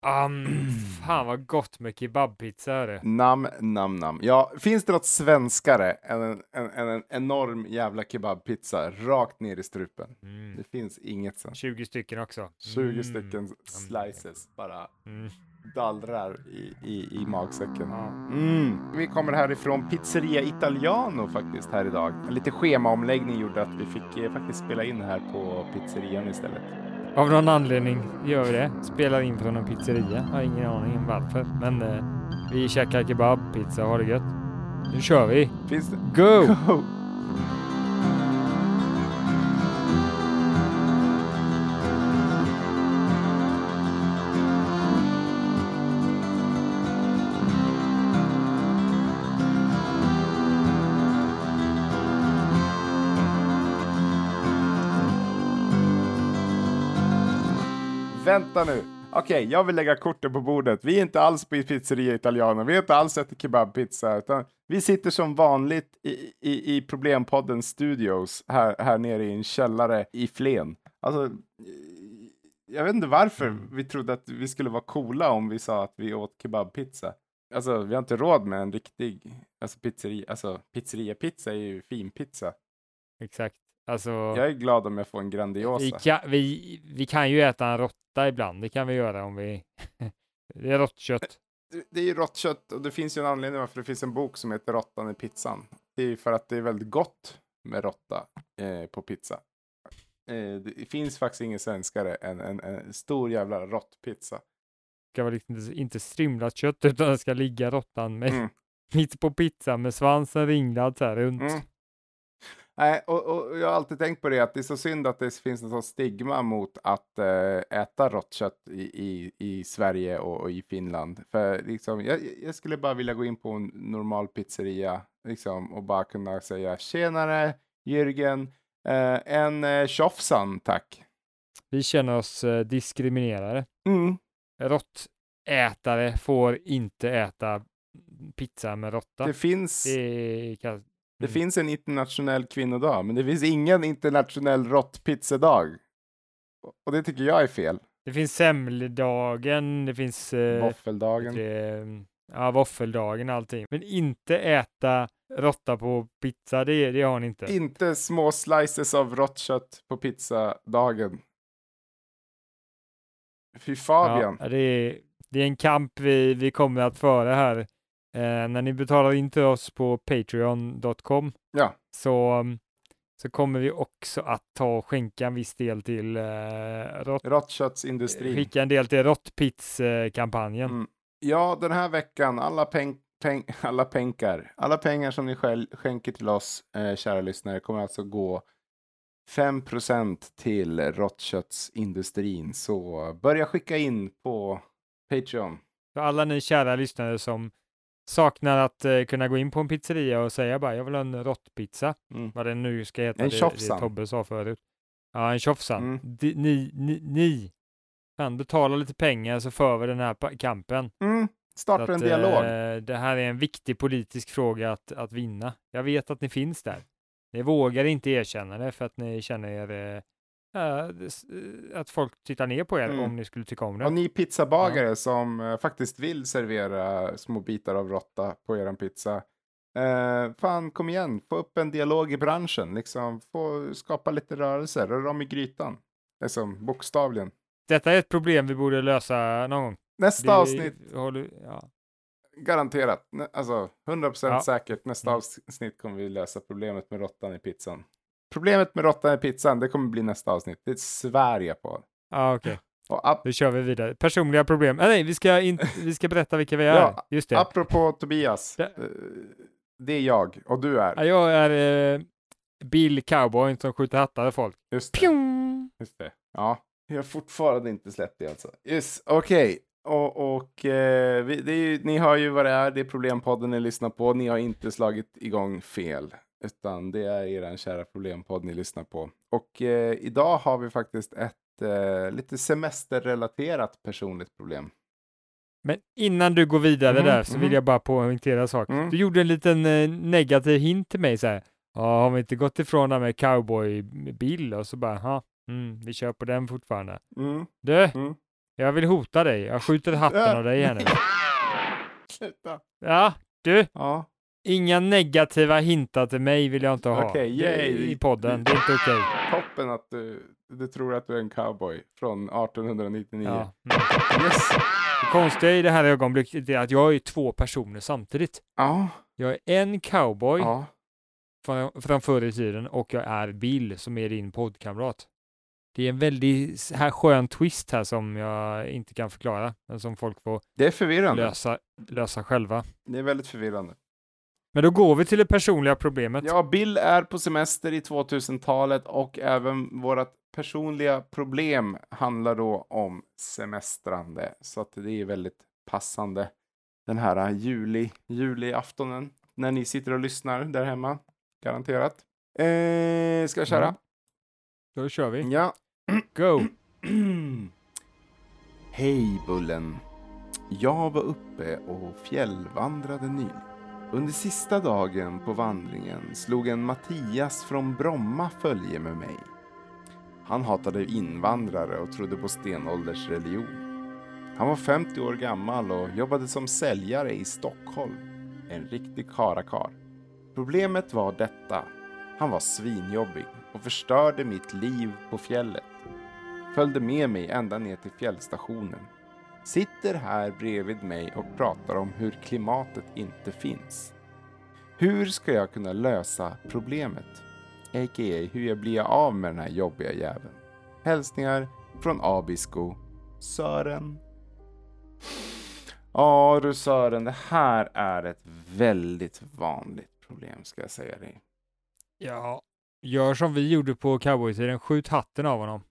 Fan vad gott med kebabpizza är det. Nam. Ja, finns det något svenskare än en enorm jävla kebabpizza rakt ner i strupen? Det finns inget sånt. 20 stycken också. 20 stycken slices bara dallrar i magsäcken. Vi kommer härifrån Pizzeria Italiano faktiskt här idag. En lite schemaomläggning gjorde att vi fick faktiskt spela in här på pizzerian istället. Av någon anledning gör vi det. Spelar in från en pizzeria. Jag har ingen aning om varför. Men vi käkar kebabpizza och har det gött. Nu kör vi. Finns det? Go! Vänta nu. Okej, jag vill lägga kortet på bordet. Vi är inte alls på Pizzeria Italiano. Vi är inte alls ätit kebabpizza. Utan vi sitter som vanligt i Problempodden Studios. Här nere i en källare i Flen. Alltså, jag vet inte varför vi trodde att vi skulle vara coola om vi sa att vi åt kebabpizza. Alltså, vi har inte råd med en riktig pizzeria. Alltså, pizzeria-pizza är ju fin pizza. Exakt. Alltså, jag är glad om jag får en Grandiosa. Vi kan ju äta en råtta ibland. Det kan vi göra om vi... Det är råttkött. Det är ju råttkött och det finns ju en anledning varför det finns en bok som heter Råttan i pizzan. Det är ju för att det är väldigt gott med råtta på pizza. Det finns faktiskt ingen svenskare än en stor jävla råttpizza. Det ska vara liksom inte strimlat kött utan det ska ligga råttan med mitt på pizza med svansen ringlad så här runt. Nej, och jag har alltid tänkt på det att det är så synd att det finns en sån stigma mot att äta råttkött i Sverige och i Finland. För liksom, jag skulle bara vilja gå in på en normal pizzeria liksom, och bara kunna säga tjenare Jürgen, en tjoffsan tack. Vi känner oss diskriminerade. Råttätare får inte äta pizza med råtta. Det finns en internationell kvinnodag, men det finns ingen internationell råttpizzadag. Och det tycker jag är fel. Det finns semledagen, det finns... våffeldagen. Våffeldagen, allting. Men inte äta råtta på pizza, det har ni inte. Inte små slices av råttkött på pizzadagen. Fy Fabian. Ja, det är en kamp vi kommer att föra här. När ni betalar in till oss på patreon.com så kommer vi också att skänka en viss del till råttköttsindustrin. Skicka en del till råttpizz-kampanjen. Ja, den här veckan, alla pengar som ni skänker till oss, kära lyssnare, kommer alltså gå 5% till råttköttsindustrin. Så börja skicka in på Patreon. För alla ni kära lyssnare som saknar att kunna gå in på en pizzeria och säga bara jag vill ha en råttpizza. Vad den nu ska heta. En det Tobbe sa förut. Ja, en tjoffsan. Ni kan betala lite pengar så för vi den här kampen. Starta en dialog. Det här är en viktig politisk fråga att vinna. Jag vet att ni finns där. Ni vågar inte erkänna det för att ni känner er att folk tittar ner på er om ni skulle tycka om det. Och ni pizzabagare som faktiskt vill servera små bitar av råtta på eran pizza. Fan, kom igen. Få upp en dialog i branschen. Liksom, få skapa lite rörelser. Rör om i grytan. Liksom, bokstavligen. Detta är ett problem vi borde lösa någon gång. Nästa avsnitt. Garanterat. Alltså, 100% säkert. Nästa avsnitt kommer vi lösa problemet med råttan i pizzan. Problemet med råttan i pizzan, det kommer bli nästa avsnitt. Det svär jag på. Ja, okej. Nu kör vi vidare. Personliga problem. Nej, vi ska berätta vilka vi är. Ja, just det. Apropå Tobias. Det är jag. Och du är? Ja, jag är Bill Cowboy som skjuter hattar och folk. Just det. Just det. Ja. Jag har fortfarande inte släppt det alltså. Yes, okej. Ni hör ju vad det är Problempodden ni lyssnar på. Ni har inte slagit igång fel. Utan det är er kära Problempodd ni lyssnar på. Och idag har vi faktiskt ett lite semesterrelaterat personligt problem. Men innan du går vidare där så vill jag bara poängtera en sak. Du gjorde en liten negativ hint till mig så här. Ja, har vi inte gått ifrån det med cowboy Bill och så bara, vi kör på den fortfarande. Du, Jag vill hota dig. Jag skjuter hatten av dig här nu. Sluta. Ja, du. Ja. Inga negativa hintar till mig vill jag inte ha i podden. Det är inte okej. Toppen att du tror att du är en cowboy från 1899. Ja. Yes. Det konstiga i det här ögonblicket är att jag är 2 personer samtidigt. Ja. Jag är en cowboy från förr i tiden och jag är Bill som är din poddkamrat. Det är en väldigt här skön twist här som jag inte kan förklara, men som folk får det är förvirrande. Lösa själva. Det är väldigt förvirrande. Men då går vi till det personliga problemet. Ja, Bill är på semester i 2000-talet och även vårt personliga problem handlar då om semestrande. Så att det är väldigt passande den här juliaftonen när ni sitter och lyssnar där hemma. Garanterat. Ska jag köra? Ja. Då kör vi. Ja. Go! Hej Bullen. Jag var uppe och fjällvandrade nyligen. Under sista dagen på vandringen slog en Mattias från Bromma följe med mig. Han hatade invandrare och trodde på stenålders religion. Han var 50 år gammal och jobbade som säljare i Stockholm. En riktig karakar. Problemet var detta. Han var svinjobbig och förstörde mitt liv på fjället. Följde med mig ända ner till fjällstationen. Sitter här bredvid mig och pratar om hur klimatet inte finns. Hur ska jag kunna lösa problemet? A.k.a. hur jag blir av med den här jobbiga jäveln. Hälsningar från Abisko. Sören. Ja du Sören, det här är ett väldigt vanligt problem ska jag säga dig. Ja, gör som vi gjorde på cowboytiden. Skjut hatten av honom.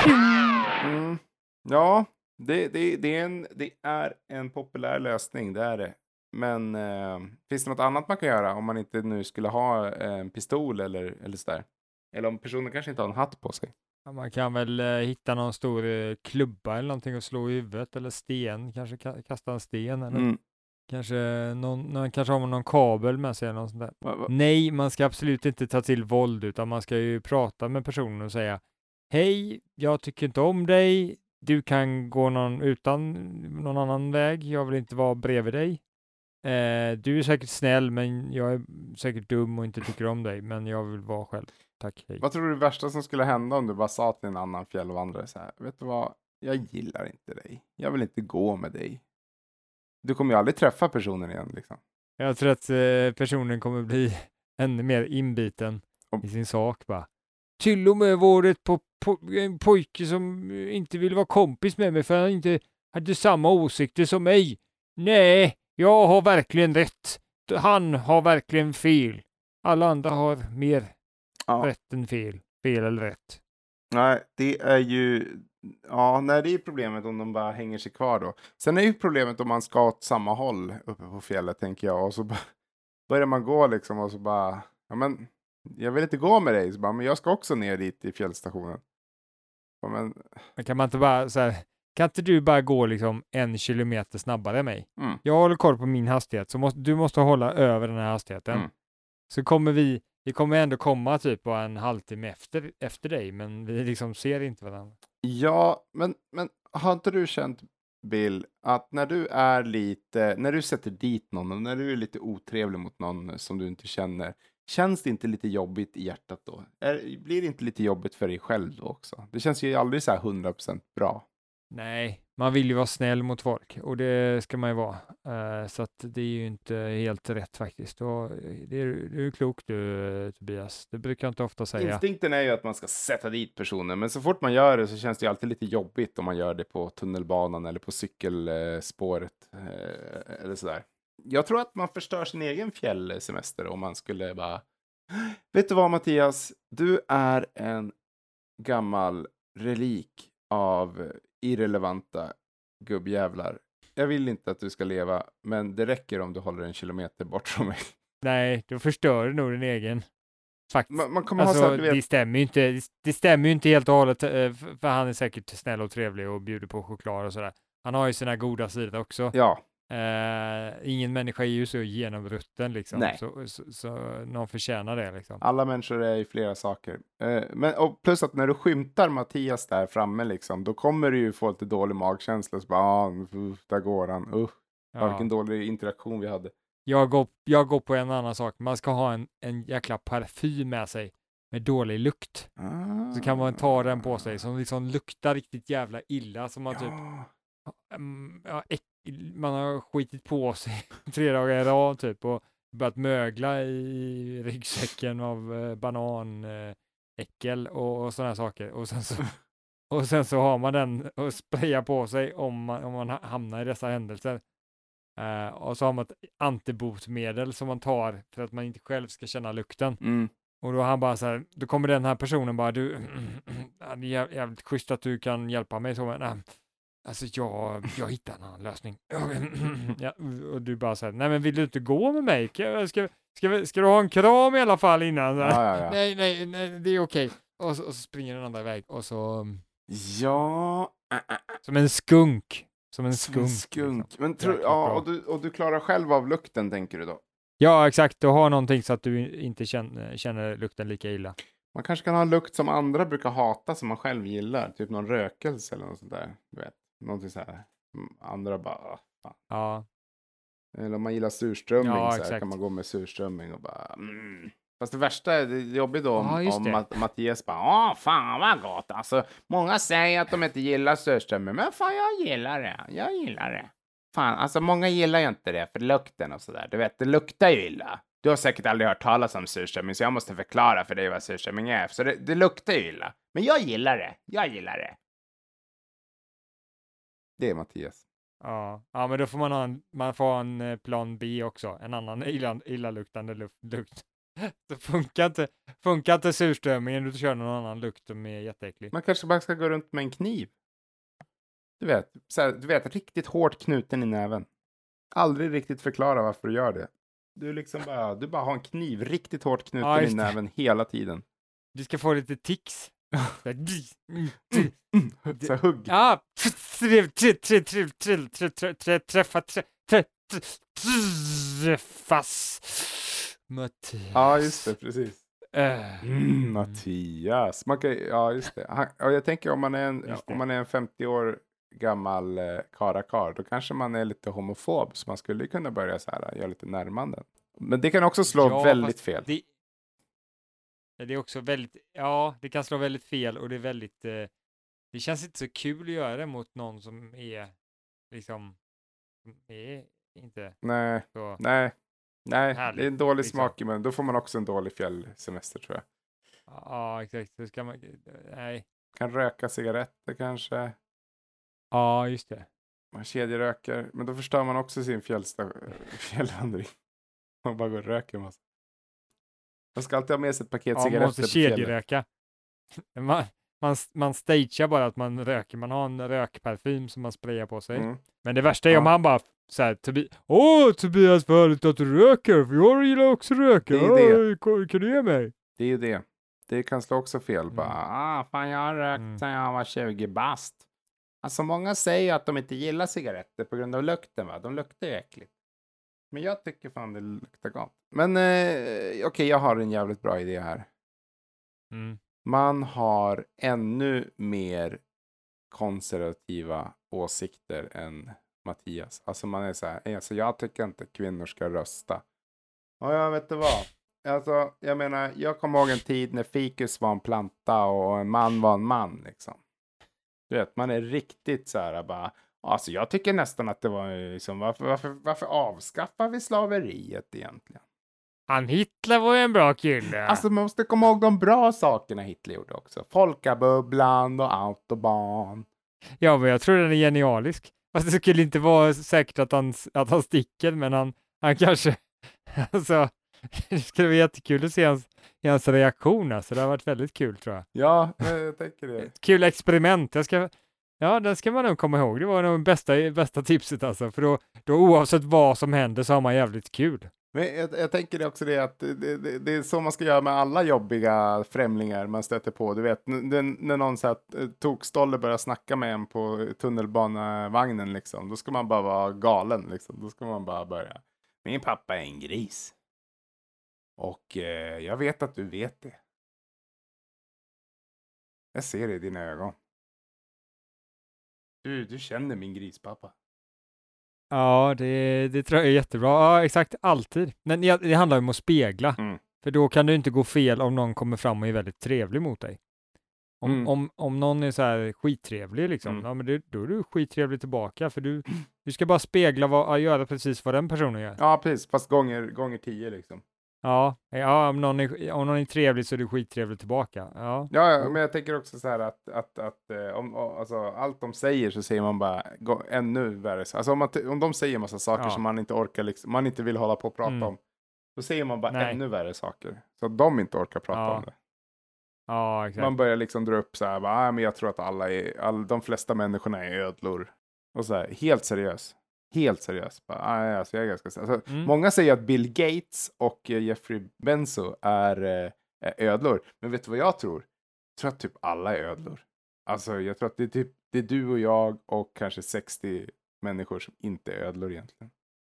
Ja, det är en populär lösning, det är det. Men finns det något annat man kan göra om man inte nu skulle ha en pistol eller sådär? Eller om personen kanske inte har en hatt på sig? Ja, man kan väl hitta någon stor klubba eller någonting och slå i huvudet eller sten. Kanske kasta en sten eller kanske har någon kabel med sig eller något sånt där. Nej, man ska absolut inte ta till våld utan man ska ju prata med personen och säga hej, jag tycker inte om dig. Du kan gå någon annan väg. Jag vill inte vara bredvid dig. Du är säkert snäll, men jag är säkert dum och inte tycker om dig. Men jag vill vara själv. Tack, hej. Vad tror du är det värsta som skulle hända om du bara sa till en annan fjällvandrare så här? Vet du vad? Jag gillar inte dig. Jag vill inte gå med dig. Du kommer ju aldrig träffa personen igen liksom. Jag tror att personen kommer bli ännu mer inbiten i sin sak bara. Till och med var det en pojke som inte ville vara kompis med mig för han inte hade samma åsikter som mig. Nej, jag har verkligen rätt. Han har verkligen fel. Alla andra har mer rätt än fel. Fel eller rätt. Nej, det är ju... Ja, nej, det är problemet om de bara hänger sig kvar då. Sen är ju problemet om man ska åt samma håll uppe på fjället, tänker jag. Och så börjar man gå liksom och så bara... Ja, men jag vill inte gå med dig. Så bara, men jag ska också ner dit i fjällstationen. Ja, men kan man inte bara så här... Kan inte du bara gå liksom 1 kilometer snabbare än mig? Jag håller koll på min hastighet. Så du måste hålla över den här hastigheten. Så kommer vi kommer ändå komma typ på en halvtimme efter dig. Men vi liksom ser inte varandra. Ja, men har inte du känt, Bill, att när du sätter dit någon och när du är lite otrevlig mot någon som du inte känner, känns det inte lite jobbigt i hjärtat då? Blir det inte lite jobbigt för dig själv då också? Det känns ju aldrig så här 100% bra. Nej, man vill ju vara snäll mot folk och det ska man ju vara. Så att det är ju inte helt rätt faktiskt. Och det är klokt du, Tobias. Det brukar jag inte ofta säga. Instinkten är ju att man ska sätta dit personen, men så fort man gör det så känns det ju alltid lite jobbigt om man gör det på tunnelbanan eller på cykelspåret eller sådär. Jag tror att man förstör sin egen fjällsemester om man skulle bara... Vet du vad, Mattias? Du är en gammal relik av irrelevanta gubbjävlar. Jag vill inte att du ska leva, men det räcker om du håller 1 kilometer bort från mig. Nej, då förstör du nog din egen. Faktiskt. Man kommer alltså, ha så här, det stämmer ju inte helt och hållet, för han är säkert snäll och trevlig och bjuder på choklad och sådär. Han har ju sina goda sidor också. Ja. Ingen människa är ju så genomrutten liksom. Nej. Så någon förtjänar det liksom. Alla människor är i flera saker. Och plus att när du skymtar Mattias där framme liksom, då kommer du ju få lite dålig magkänsla. Så bara, där går han. Vilken dålig interaktion vi hade. Jag går på en annan sak. Man ska ha en jäkla parfym med sig med dålig lukt. Så kan man ta den på sig som liksom luktar riktigt jävla illa. Som man typ man har skitit på sig 3 dagar i rad typ och börjat mögla i ryggsäcken av bananäckel och sådana saker. Och sen så har man den och sprayar på sig om man hamnar i dessa händelser. Och så har man ett antibotmedel som man tar för att man inte själv ska känna lukten. Och då han bara så här, då kommer den här personen bara, det är jävligt schysst att du kan hjälpa mig så, men alltså jag hittar en annan lösning. Ja, och du bara så här, nej men vill du inte gå med mig? Ska du ha en kram i alla fall innan? Ja. Nej, det är okej. Och så springer den andra iväg och så... Ja. Som en skunk. Liksom. Men och du klarar själv av lukten, tänker du då? Ja, exakt. Du har någonting så att du inte känner lukten lika illa. Man kanske kan ha en lukt som andra brukar hata som man själv gillar. Typ någon rökelse eller något sånt där. Du vet. Någonting så här. Andra bara... Fan. Ja. Eller om man gillar surströmming så här, exakt. kan man gå med surströmming och bara... Fast det värsta är jobbigt då om Mattias bara, fan vad gott. Alltså, många säger att de inte gillar surströmming, men fan jag gillar det. Fan, alltså många gillar ju inte det för lukten och sådär. Du vet, det luktar ju illa. Du har säkert aldrig hört talas om surströmming, så jag måste förklara för dig vad surströmming är. Så det luktar ju illa. Men jag gillar det. Det är Mattias. Ja, men då får man får ha en plan B också. En annan illaluktande lukt. Så funkar inte surströmmingen, du kör någon annan lukt som är jätteäcklig. Man kanske bara ska gå runt med en kniv. Du vet, riktigt hårt knuten i näven. Aldrig riktigt förklara varför du gör det. Du bara har en kniv riktigt hårt knuten i näven hela tiden. Du ska få lite tics. Så hugg. Ja, träffas. Mattias. Ja, just det, precis. Mattias. Ja, just det. Och jag tänker om man är en 50 år gammal karakar, då kanske man är lite homofob, så man skulle kunna börja så här, göra lite närmanden. Men det kan också slå väldigt fel. Det är också väldigt, det kan slå väldigt fel och det är väldigt, det känns inte så kul att göra det mot någon som är liksom, inte så. Nej, härligt, det är en dålig liksom. smak, men då får man också en dålig fjällsemester, tror jag. Ja, exakt. Så ska man, nej. Kan röka cigaretter kanske. Ja, just det. Man kedjeröker, men då förstör man också sin fjällvandring. Man bara går och röker en massa. Man ska alltid ha med sig ett paket cigaretter. Man måste kedjeröka. Man stagear bara att man röker. Man har en rökparfym som man sprayar på sig. Men det värsta är om han bara så här, Tobias, vad härligt att du röker, för jag gillar också röka. Kan du ge mig? Det är ju det. Det kan slå också fel. Fan, jag har rökt sedan jag var 20 bast. Alltså många säger att de inte gillar cigaretter på grund av lukten, va? De luktar ju äckligt. Men jag tycker fan det luktar gott. Men okej, jag har en jävligt bra idé här. Man har ännu mer konservativa åsikter än Mattias. Alltså man är så här, alltså jag tycker inte kvinnor ska rösta. Och jag vet inte vad. Alltså, jag menar, jag kommer ihåg en tid när fikus var en planta och en man var en man, liksom. Du vet, man är riktigt så här bara, alltså jag tycker nästan att det var liksom, varför avskaffar vi slaveriet egentligen? Hitler var ju en bra kille. Alltså man måste komma ihåg de bra sakerna Hitler gjorde också. Folkabubblan och autobahn. Ja, men jag tror den är genialisk. Fast det skulle inte vara säkert att han sticker, men han kanske, alltså, det skulle vara jättekul att se hans reaktion. Alltså. Det har varit väldigt kul, tror jag. Ja, jag tänker det. Ett kul experiment. Den ska man nog komma ihåg. Det var nog bästa tipset, alltså. För då oavsett vad som händer så har man jävligt kul. Men jag tänker också det att det är så man ska göra med alla jobbiga främlingar man stöter på. Du vet, när någon så här tokstolle börjar snacka med en på tunnelbanevagnen liksom, då ska man bara vara galen liksom. Då ska man bara börja. Min pappa är en gris. Och jag vet att du vet det. Jag ser det i dina ögon. Du känner min grispappa. Ja, det tror jag är jättebra. Ja, exakt, alltid. Men det handlar om att spegla. För då kan du inte gå fel om någon kommer fram och är väldigt trevlig mot dig. Om någon är så här skittrevlig liksom, ja, men då är du skittrevlig tillbaka. För du ska bara spegla göra precis vad den personen gör. Ja, precis. Fast gånger 10 liksom. Ja, om någon är trevlig så är du skittrevlig tillbaka. Ja, men jag tänker också så här att alltså, allt de säger så säger man bara ännu värre. Alltså om de säger massa saker som man inte orkar liksom, man inte vill hålla på och prata om, då säger man bara ännu värre saker så att de inte orkar prata om det. Ja, exakt. Man börjar liksom dra upp så här, men jag tror att de flesta människorna är ödlor och så här, helt seriöst. Alltså jag är ganska många säger att Bill Gates och Jeffrey Bezos är ödlor. Men vet du vad jag tror? Jag tror att typ alla är ödlor. Alltså jag tror att det är du och jag och kanske 60 människor som inte är ödlor egentligen.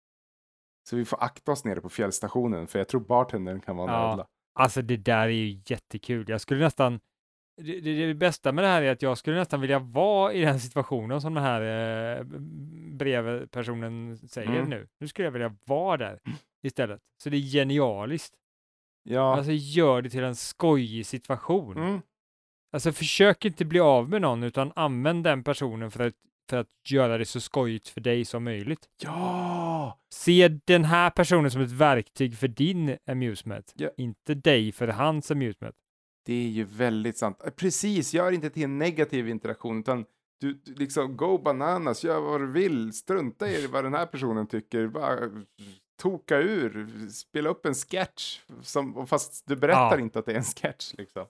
Så vi får akta oss nere på fjällstationen, för jag tror bartendern kan vara en ödla. Alltså det där är ju jättekul. Jag skulle nästan det bästa med det här är att jag skulle nästan vilja vara i den situationen som den här brevpersonen säger nu. Nu skulle jag vilja vara där istället. Så det är genialiskt. Ja. Alltså gör det till en skojig situation. Alltså försök inte bli av med någon, utan använd den personen för att göra det så skojigt för dig som möjligt. Ja! Se den här personen som ett verktyg för din amusement. Ja. Inte dig för hans amusement. Det är ju väldigt sant. Precis, gör inte till en negativ interaktion, utan du liksom go bananas, gör vad du vill, strunta i vad den här personen tycker, bara toka ur, spela upp en sketch, fast du berättar inte att det är en sketch liksom.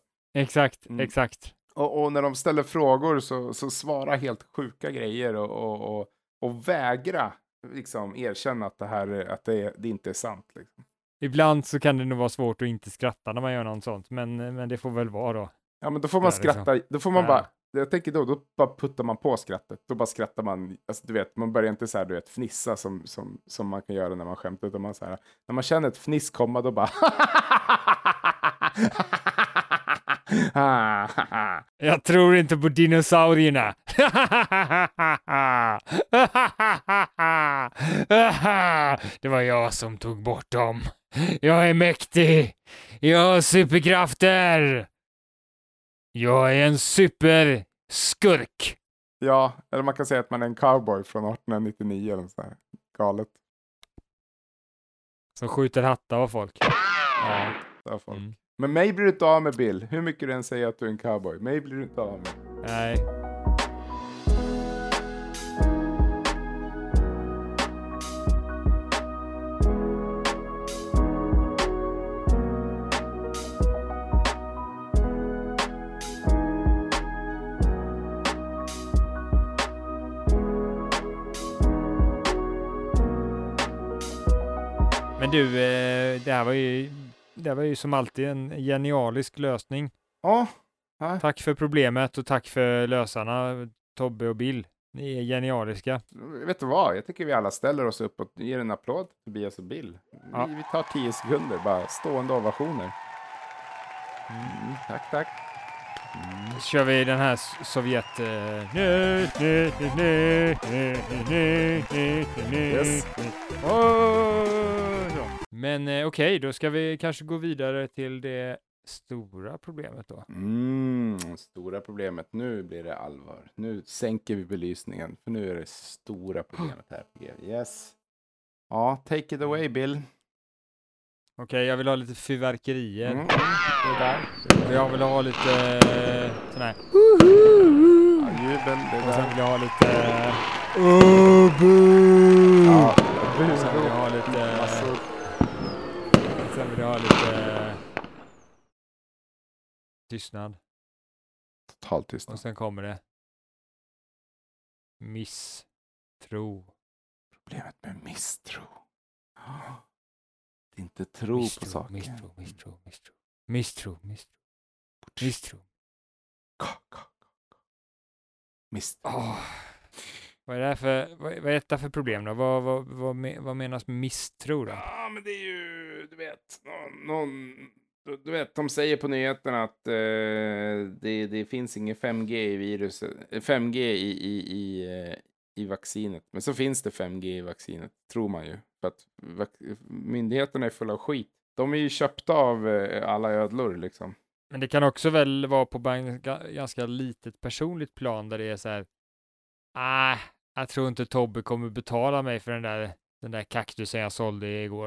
Exakt. Och när de ställer frågor så svara helt sjuka grejer och vägra liksom erkänna att det inte är sant liksom. Ibland så kan det nog vara svårt att inte skratta när man gör något sånt, men det får väl vara då. Ja, men då får man skratta, då får man bara, jag tänker då bara puttar man på skrattet, då bara skrattar man, alltså du vet, man börjar inte så här, du vet, fnissa som man kan göra när man skämtar, utan man så här, när man känner ett fniss komma, då bara jag tror inte på dinosaurierna. Det var jag som tog bort dem. Jag är mäktig. Jag har superkrafter. Jag är en superskurk. Ja, eller man kan säga att man är en cowboy från 1899 eller så här. Galet. Som skjuter hattar av folk. Ja, av folk. Men mig blir du inte av med, Bill. Hur mycket du än säger att du är en cowboy. Mig blir du inte av med. Nej. Men du, det här var ju som alltid en genialisk lösning. Ja. Tack för problemet och tack för lösarna, Tobbe och Bill. Ni är genialiska. Vet du vad? Jag tycker vi alla ställer oss upp och ger en applåd till Tobias och Bill. Vi tar 10 sekunder, bara stående ovationer. Tack. Så kör vi den här Sovjet... Yes. Men okej, då ska vi kanske gå vidare till det stora problemet då. Stora problemet. Nu blir det allvar. Nu sänker vi belysningen, för nu är det stora problemet här. Yes. Ja, take it away, Bill. Okej, jag vill ha lite fyrverkerier. Det där. Jag vill ha lite sån här. Ja, jubel. Och sen vill jag ha lite... Ja, sen vill jag ha lite... Sen vill jag ha lite... tystnad. Totalt tystnad. Och sen kommer det... misstro. Problemet med misstro. inte tro på saker. Misstro. Vad är detta för problem då? Vad menas med misstro då? Ja, men det är ju, du vet, de säger på nyheterna att det finns ingen 5G i viruset, 5G i vaccinet. Men så finns det 5G i vaccinet, tror man ju. För att myndigheterna är fulla av skit. De är ju köpta av alla ödlor liksom. Men det kan också väl vara på ganska litet personligt plan där det är så här, jag tror inte Tobbe kommer betala mig för den där kaktusen jag sålde igår.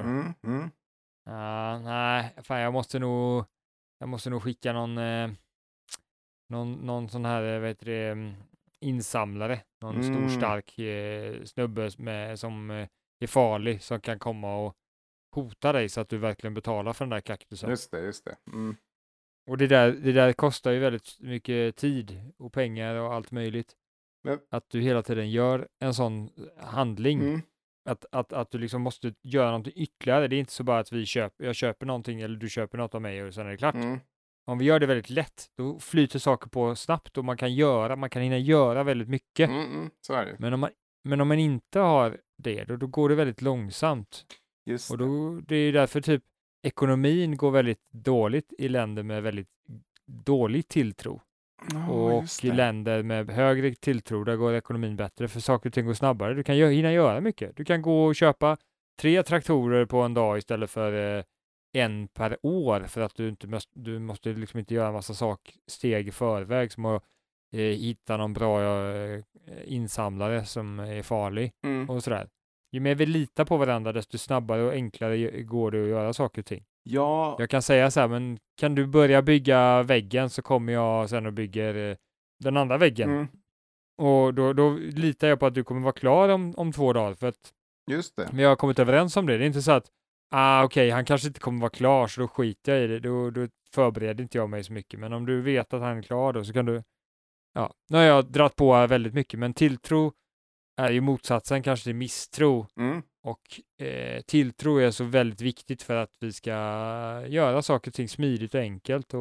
Nej, fan jag måste nog skicka någon sån här, insamlare. Någon stor stark snubbe som är farlig, som kan komma och hota dig så att du verkligen betalar för den där kaktusen. Just det. Och det där kostar ju väldigt mycket tid och pengar och allt möjligt. Att du hela tiden gör en sån handling. Att du liksom måste göra någonting ytterligare. Det är inte så bara att jag köper någonting eller du köper något av mig och sen är det klart. Om vi gör det väldigt lätt, då flyter saker på snabbt och man kan hinna göra väldigt mycket. Så är det. Men om man inte har det, då går det väldigt långsamt. Just och det är därför typ ekonomin går väldigt dåligt i länder med väldigt dålig tilltro. Och i länder med högre tilltro, där går ekonomin bättre, för saker och ting går snabbare. Du kan hinna göra mycket. Du kan gå och köpa 3 traktorer på en dag istället för 1 per år, för att du måste liksom inte göra en massa steg i förväg, som att hitta någon bra insamlare som är farlig och sådär. Ju mer vi litar på varandra, desto snabbare och enklare går det att göra saker och ting. Ja. Jag kan säga så här, men kan du börja bygga väggen, så kommer jag sen och bygger den andra väggen. Och då litar jag på att du kommer vara klar om 2 dagar, för att just det. Vi har kommit överens om det. Det är inte så att okej, han kanske inte kommer vara klar, så då skiter jag i det. Då förbereder inte jag mig så mycket. Men om du vet att han är klar då, så kan du... Ja, nu har jag dratt på väldigt mycket, men tilltro är ju motsatsen kanske till misstro. Och tilltro är så väldigt viktigt för att vi ska göra saker och ting smidigt och enkelt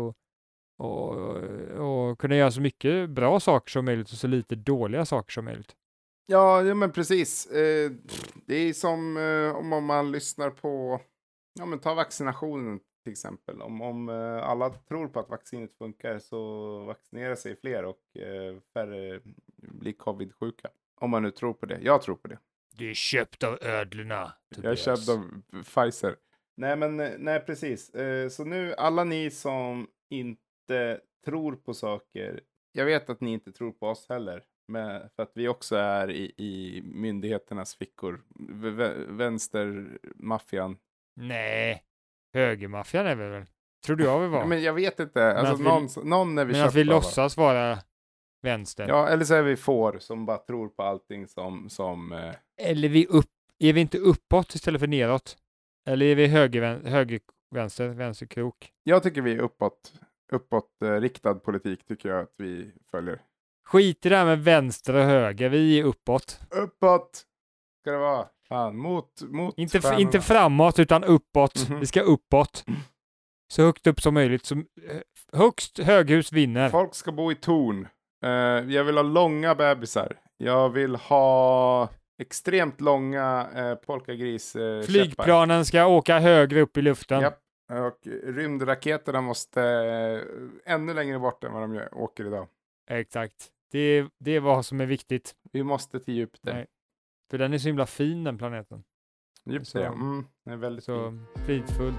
och kunna göra så mycket bra saker som möjligt och så lite dåliga saker som möjligt. Ja, men precis. Det är som om man lyssnar på, ta vaccinationen till exempel. Om alla tror på att vaccinet funkar, så vaccinerar sig fler och färre blir covid-sjuka. Om man nu tror på det. Jag tror på det. Det är köpt av ödlorna. Jag är köpt av Pfizer. Nej, precis. Så nu, alla ni som inte tror på saker. Jag vet att ni inte tror på oss heller. För att vi också är i myndigheternas fickor. Vänstermaffian. Nej, högermaffian är vi väl? Trodde jag vi var. Men jag vet inte. Alltså någon är vi köpta av. Men att vi låtsas vara vänster. Ja, eller så är vi får som bara tror på allting som Eller är vi inte uppåt istället för neråt? Eller är vi vänsterkrok? Jag tycker vi är uppåt riktad politik, tycker jag att vi följer. Skit i det här med vänster och höger, vi är uppåt. Uppåt ska det vara. Fan, mot inte framåt, utan uppåt. Vi ska uppåt. Så högt upp som möjligt. Högst höghus vinner. Folk ska bo i torn. Jag vill ha långa bebisar. Jag vill ha extremt långa polkagris. Flygplanen ska åka högre upp i luften. Japp. Och rymdraketerna måste ännu längre bort än vad de åker idag. Exakt. Det är vad som är viktigt. Vi måste till Jupiter. Nej. För den är så himla fin, den planeten. Jupiter, ja. Den är väldigt så fridfull.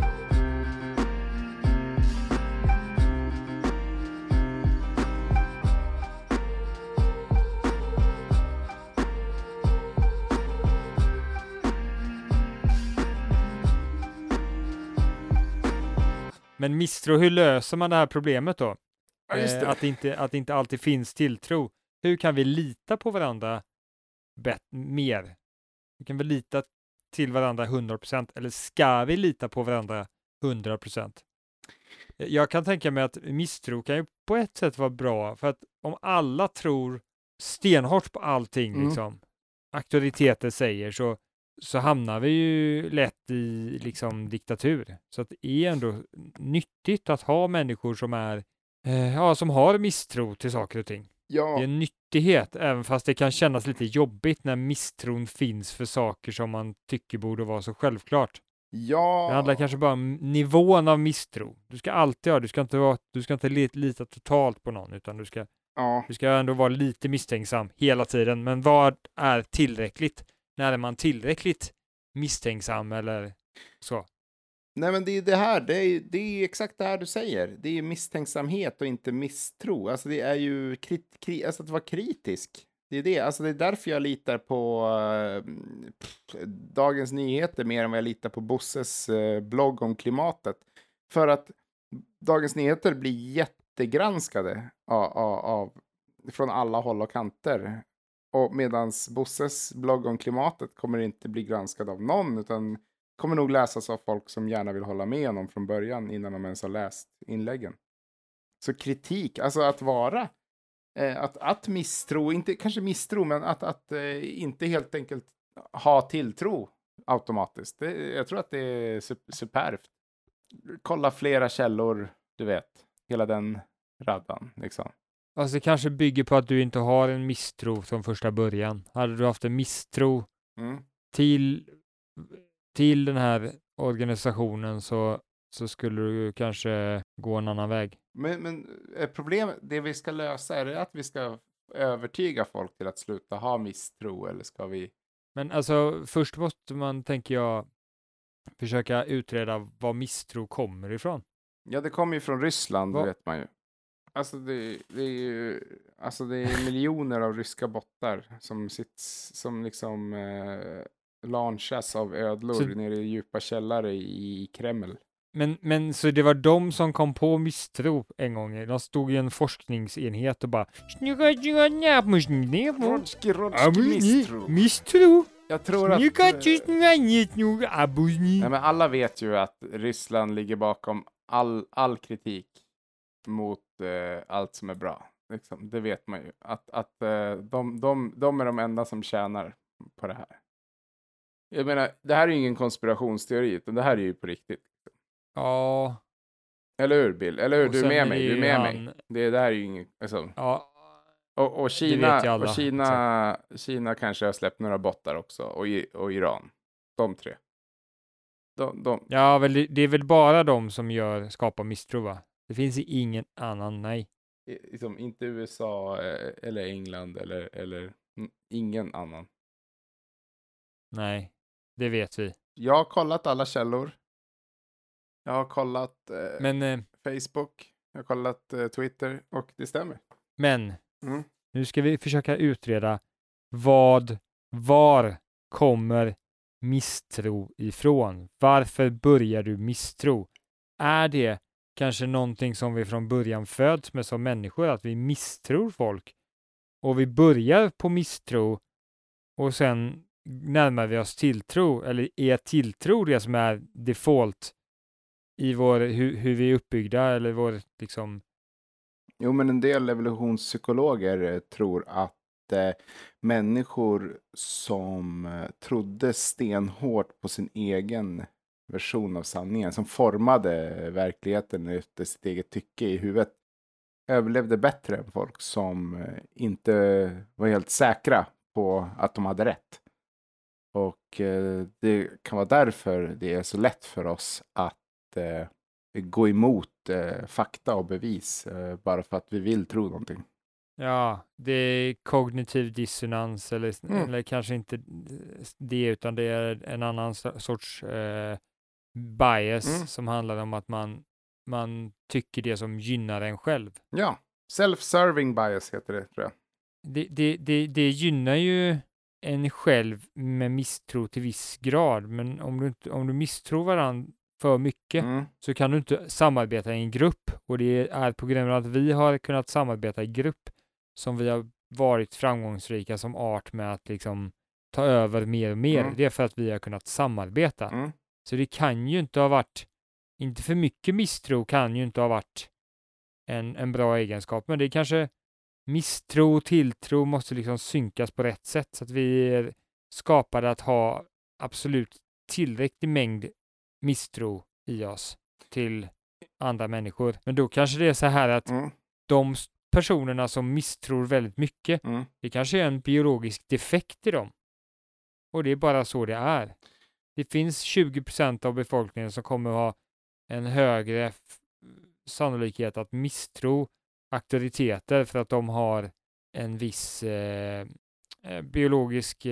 Men misstro, hur löser man det här problemet då? Ja, just det. Att inte alltid finns tilltro. Hur kan vi lita på varandra mer? Vi kan väl lita till varandra 100%, eller ska vi lita på varandra 100%? Jag kan tänka mig att misstro kan ju på ett sätt vara bra, för att om alla tror stenhårt på allting, liksom, auktoriteter säger, så så hamnar vi ju lätt i liksom diktatur. Så att det är ändå nyttigt att ha människor som är, som har misstro till saker och ting. Ja. Det är en nyttighet, även fast det kan kännas lite jobbigt när misstron finns för saker som man tycker borde vara så självklart. Ja. Det handlar kanske bara om nivån av misstro. Du ska alltid ha, du ska inte lita totalt på någon, utan du ska ändå vara lite misstänksam hela tiden. Men vad är tillräckligt? När är man tillräckligt misstänksam eller så? Nej, men det är det här. Det är exakt det här du säger. Det är misstänksamhet och inte misstro. Alltså det är ju alltså att vara kritisk. Det är det. Alltså det är därför jag litar på Dagens Nyheter mer än vad jag litar på Bosses blogg om klimatet. För att Dagens Nyheter blir jättegranskade från alla håll och kanter. Och medans Bosses blogg om klimatet kommer inte bli granskad av någon, utan kommer nog läsas av folk som gärna vill hålla med honom från början innan de ens har läst inläggen. Så kritik, alltså att vara, att misstro, inte kanske misstro, men att inte helt enkelt ha tilltro automatiskt. Jag tror att det är superbt. Kolla flera källor, du vet, hela den raddan liksom. Alltså det kanske bygger på att du inte har en misstro från första början. Hade du haft en misstro till den här organisationen så skulle du kanske gå en annan väg. Men problemet, det vi ska lösa, är det att vi ska övertyga folk till att sluta ha misstro, eller ska vi? Men alltså först måste man, tänker jag, försöka utreda var misstro kommer ifrån. Ja, det kommer ju från Ryssland, vet man ju. Alltså det är ju, alltså det är miljoner av ryska bottar som liksom launchas av ödlor nere i djupa källare i Kreml. Men så det var de som kom på misstro en gång. De stod i en forskningsenhet och bara misstro. Jag tror att men alla vet ju att Ryssland ligger bakom all kritik mot allt som är bra. Liksom, det vet man ju. Att de är de enda som tjänar på det här. Jag menar, det här är ju ingen konspirationsteori, utan det här är ju på riktigt. Ja. Eller hur, Bill? Eller hur? Du är med mig. Du är med mig. Det där är ju inget... Alltså. Ja. Och Kina kanske har släppt några bottar också. Och Iran. De tre. Ja, det är väl bara de som skapar misstro, va? Det finns ingen annan, nej. Liksom, inte USA eller England eller ingen annan. Nej, det vet vi. Jag har kollat alla källor. Jag har kollat Facebook. Jag har kollat Twitter och det stämmer. Men nu ska vi försöka utreda var kommer misstro ifrån? Varför börjar du misstro? Är det kanske någonting som vi från början föds med som människor, att vi misstror folk? Och vi börjar på misstro och sen närmar vi oss tilltro, eller är tilltro det som är default i hur vi är uppbyggda, eller vår liksom... Jo, men en del evolutionspsykologer tror att människor som trodde stenhårt på sin egen version av sanningen, som formade verkligheten efter sitt eget tycke i huvudet, överlevde bättre än folk som inte var helt säkra på att de hade rätt. Och det kan vara därför det är så lätt för oss att gå emot fakta och bevis bara för att vi vill tro någonting. Ja, det är kognitiv dissonans eller kanske inte det, utan det är en annan sorts bias som handlar om att man tycker det som gynnar en själv. Ja, self-serving bias heter det, tror jag. Det gynnar ju en själv med misstro till viss grad, men om du misstror varandra för mycket så kan du inte samarbeta i en grupp, och det är på grund av att vi har kunnat samarbeta i grupp som vi har varit framgångsrika som art med att liksom ta över mer och mer. Det är för att vi har kunnat samarbeta. Så det kan ju inte ha varit, inte för mycket misstro kan ju inte ha varit en bra egenskap, men det är kanske misstro och tilltro måste liksom synkas på rätt sätt, så att vi är skapade att ha absolut tillräcklig mängd misstro i oss till andra människor. Men då kanske det är så här att de personerna som misstror väldigt mycket, det kanske är en biologisk defekt i dem. Och det är bara så det är. Det finns 20% av befolkningen som kommer att ha en högre sannolikhet att misstro auktoriteter för att de har en viss biologisk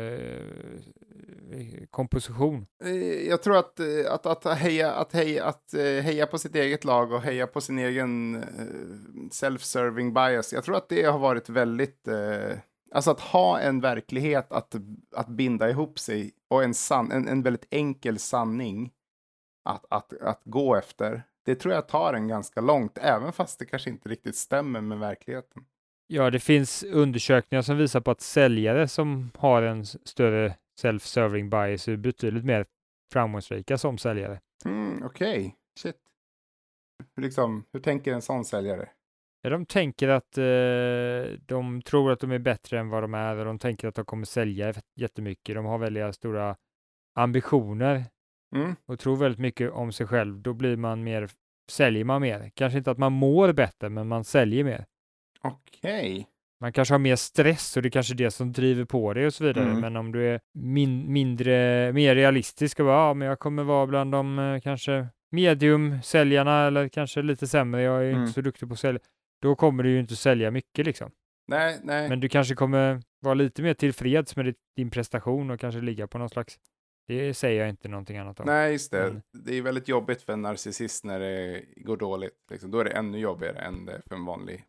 komposition. Jag tror att heja på sitt eget lag och heja på sin egen self-serving bias. Jag tror att det har varit väldigt, alltså att ha en verklighet att binda ihop sig och en väldigt enkel sanning att gå efter. Det tror jag tar en ganska långt, även fast det kanske inte riktigt stämmer med verkligheten. Ja, det finns undersökningar som visar på att säljare som har en större self-serving bias är betydligt mer framgångsrika som säljare. Okej. Shit. Hur tänker en sån säljare? Ja, de tänker att de tror att de är bättre än vad de är och de tänker att de kommer sälja jättemycket. De har väldigt stora ambitioner och tror väldigt mycket om sig själv. Då säljer man mer. Kanske inte att man mår bättre, men man säljer mer. Okej. Man kanske har mer stress och det är kanske det som driver på det och så vidare. Men om du är mer realistisk och bara, men jag kommer vara bland de kanske medium-säljarna eller kanske lite sämre, jag är inte så duktig på att sälja. Då kommer du ju inte sälja mycket liksom. Nej. Men du kanske kommer vara lite mer tillfreds med din prestation och kanske ligga på någon slags, det säger jag inte någonting annat om. Nej, just det. Det är väldigt jobbigt för en narcissist när det går dåligt. Liksom. Då är det ännu jobbigare än det för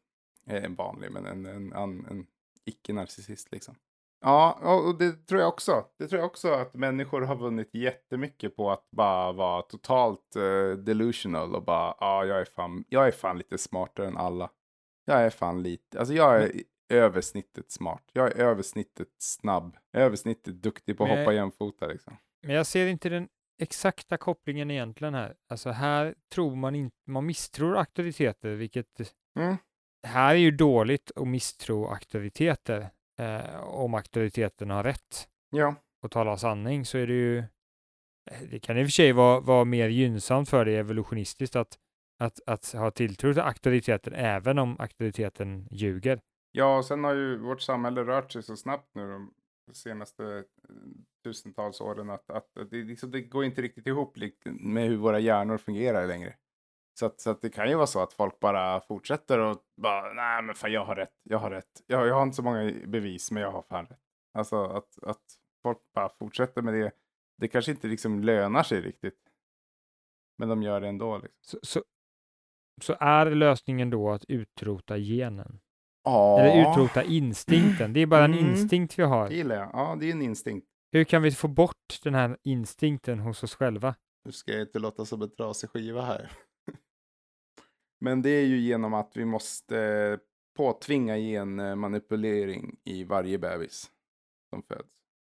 en icke-narcissist liksom. Ja, och det tror jag också. Det tror jag också att människor har vunnit jättemycket på att bara vara totalt delusional och bara, jag är fan lite smartare än alla. Jag är fan lite, alltså jag är översnittet smart. Jag är översnittet snabb. Översnittet duktig på att hoppa jämfota liksom. Men jag ser inte den exakta kopplingen egentligen här. Alltså här tror man misstror auktoriteter, vilket här är ju dåligt att misstro auktoriteter. Om auktoriteten har rätt och talar sanning, så är det ju, det kan i och för sig vara mer gynnsamt för det evolutionistiskt att ha tilltro till auktoriteten även om auktoriteten ljuger. Ja, och sen har ju vårt samhälle rört sig så snabbt nu de senaste tusentals åren att det går inte riktigt ihop med hur våra hjärnor fungerar längre. Så att det kan ju vara så att folk bara fortsätter och bara, nej men fan jag har rätt. Jag har inte så många bevis, men jag har fan rätt. Alltså att folk bara fortsätter med det. Det kanske inte liksom lönar sig riktigt. Men de gör det ändå. Liksom. Så är lösningen då att utrota genen? Ja. Eller utrota instinkten? Det är bara en instinkt vi har. Det gillar jag. Ja, det är en instinkt. Hur kan vi få bort den här instinkten hos oss själva? Nu ska jag inte låta som en trasig skiva här. Men det är ju genom att vi måste påtvinga genmanipulering i varje bebis som föds.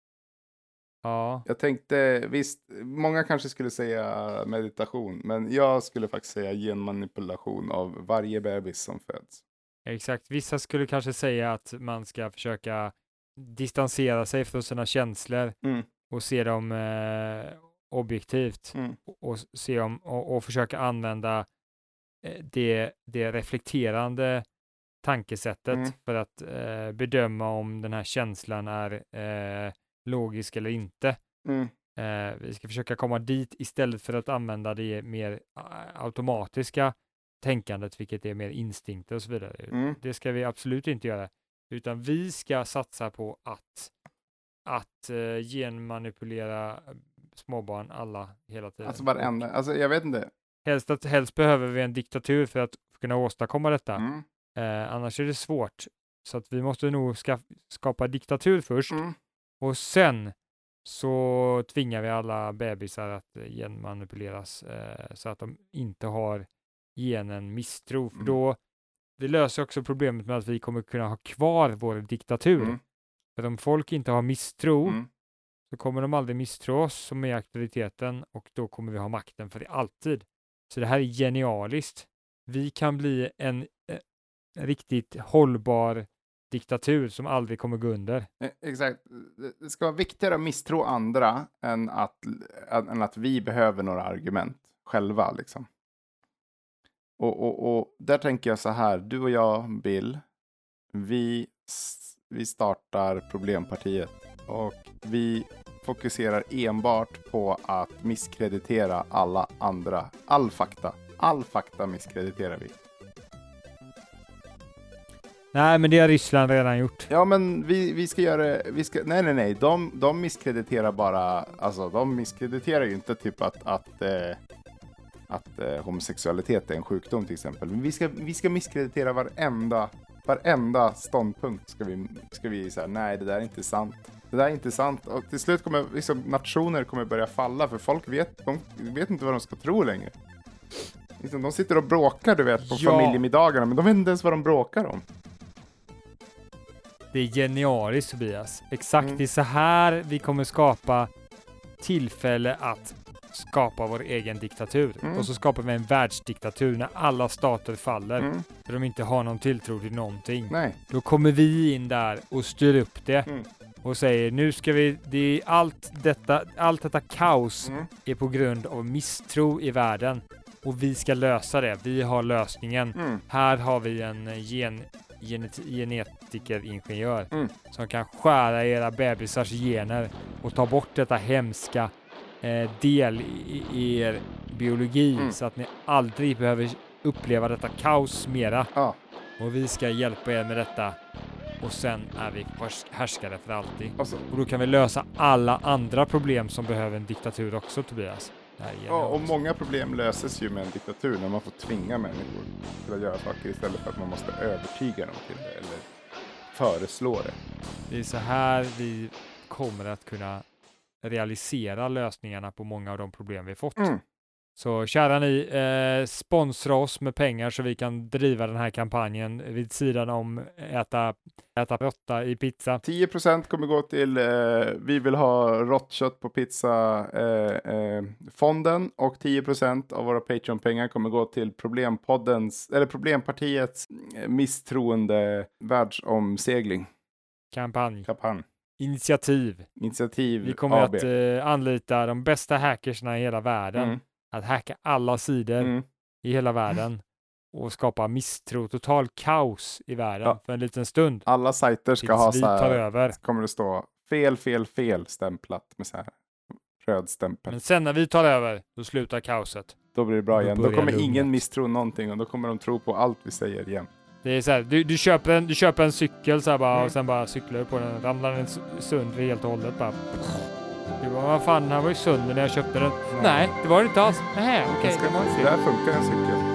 Ja. Jag tänkte, visst, många kanske skulle säga meditation, men jag skulle faktiskt säga genmanipulation av varje bebis som föds. Exakt. Vissa skulle kanske säga att man ska försöka distansera sig från sina känslor och se dem objektivt och se och försöka använda det reflekterande tankesättet för att bedöma om den här känslan är logisk eller inte. Vi ska försöka komma dit istället för att använda det mer automatiska tänkandet, vilket är mer instinkter och så vidare. Det ska vi absolut inte göra, utan vi ska satsa på att genmanipulera småbarn alla hela tiden. Alltså varenda, alltså jag vet inte. Helst behöver vi en diktatur för att kunna åstadkomma detta. Annars är det svårt. Så att vi måste nog skapa diktatur först. Och sen så tvingar vi alla bebisar att genmanipuleras så att de inte har genen misstro. För då, det löser också problemet med att vi kommer kunna ha kvar vår diktatur. För om folk inte har misstro så kommer de aldrig misstro oss som är auktoriteten, och då kommer vi ha makten för det alltid. Så det här är genialiskt. Vi kan bli en riktigt hållbar diktatur som aldrig kommer gå under. Exakt. Det ska vara viktigare att misstro andra än att vi behöver några argument själva liksom. Och där tänker jag så här, du och jag, Bill, vi startar Problempartiet och vi fokuserar enbart på att misskreditera alla andra. All fakta misskrediterar vi. Nej, men det har Ryssland redan gjort. Ja, men vi ska göra... Nej. De misskrediterar bara... Alltså, de misskrediterar ju inte typ att homosexualitet är en sjukdom till exempel. Men vi ska misskreditera varenda ståndpunkt ska vi säga, nej, det där är inte sant. Det där är inte sant. Och till slut kommer liksom, nationer kommer börja falla, för folk vet inte vad de ska tro längre. Liksom, de sitter och bråkar, du vet, på familjemiddagarna, men de vet inte ens vad de bråkar om. Det är genialiskt, Tobias. Exakt, det är så här vi kommer skapa tillfälle att skapa vår egen diktatur. Och så skapar vi en världsdiktatur när alla stater faller. För de inte har någon tilltro till någonting. Nej. Då kommer vi in där och styr upp det. Och säger, nu ska vi... allt detta kaos är på grund av misstro i världen. Och vi ska lösa det. Vi har lösningen. Här har vi en genetikeringenjör som kan skära era bebisars gener och ta bort detta hemska del i er biologi så att ni aldrig behöver uppleva detta kaos mera. Och vi ska hjälpa er med detta och sen är vi härskare för alltid. Och då kan vi lösa alla andra problem som behöver en diktatur också, Tobias. Ja, och många problem löses ju med en diktatur när man får tvinga människor till att göra saker istället för att man måste övertyga dem till det eller föreslå det. Det är så här vi kommer att kunna realisera lösningarna på många av de problem vi fått. Så kära ni, sponsra oss med pengar så vi kan driva den här kampanjen vid sidan om äta råtta i pizza. 10% kommer gå till vi vill ha råttkött på pizza fonden och 10% av våra Patreon-pengar kommer gå till Problempartiets misstroende världsomsegling. Kampanj. Initiativ. Vi kommer att anlita de bästa hackersna i hela världen. Att hacka alla sidor i hela världen och skapa misstro, total kaos i världen för en liten stund. Alla sajter ska ha så här, kommer det stå fel stämplat med så här röd stämpel. Men sen när vi tar över, då slutar kaoset. Då blir det bra igen. Då kommer ingen misstro någonting och då kommer de tro på allt vi säger igen. Det är så här, du köper en cykel så här bara, och sen bara cyklar du på den, ramlar den sönder helt och hållet bara. Vad fan, den här var ju sönder när jag köpte den. Nej, det var det inte alls. Nej, okej. Det där funkar en cykel.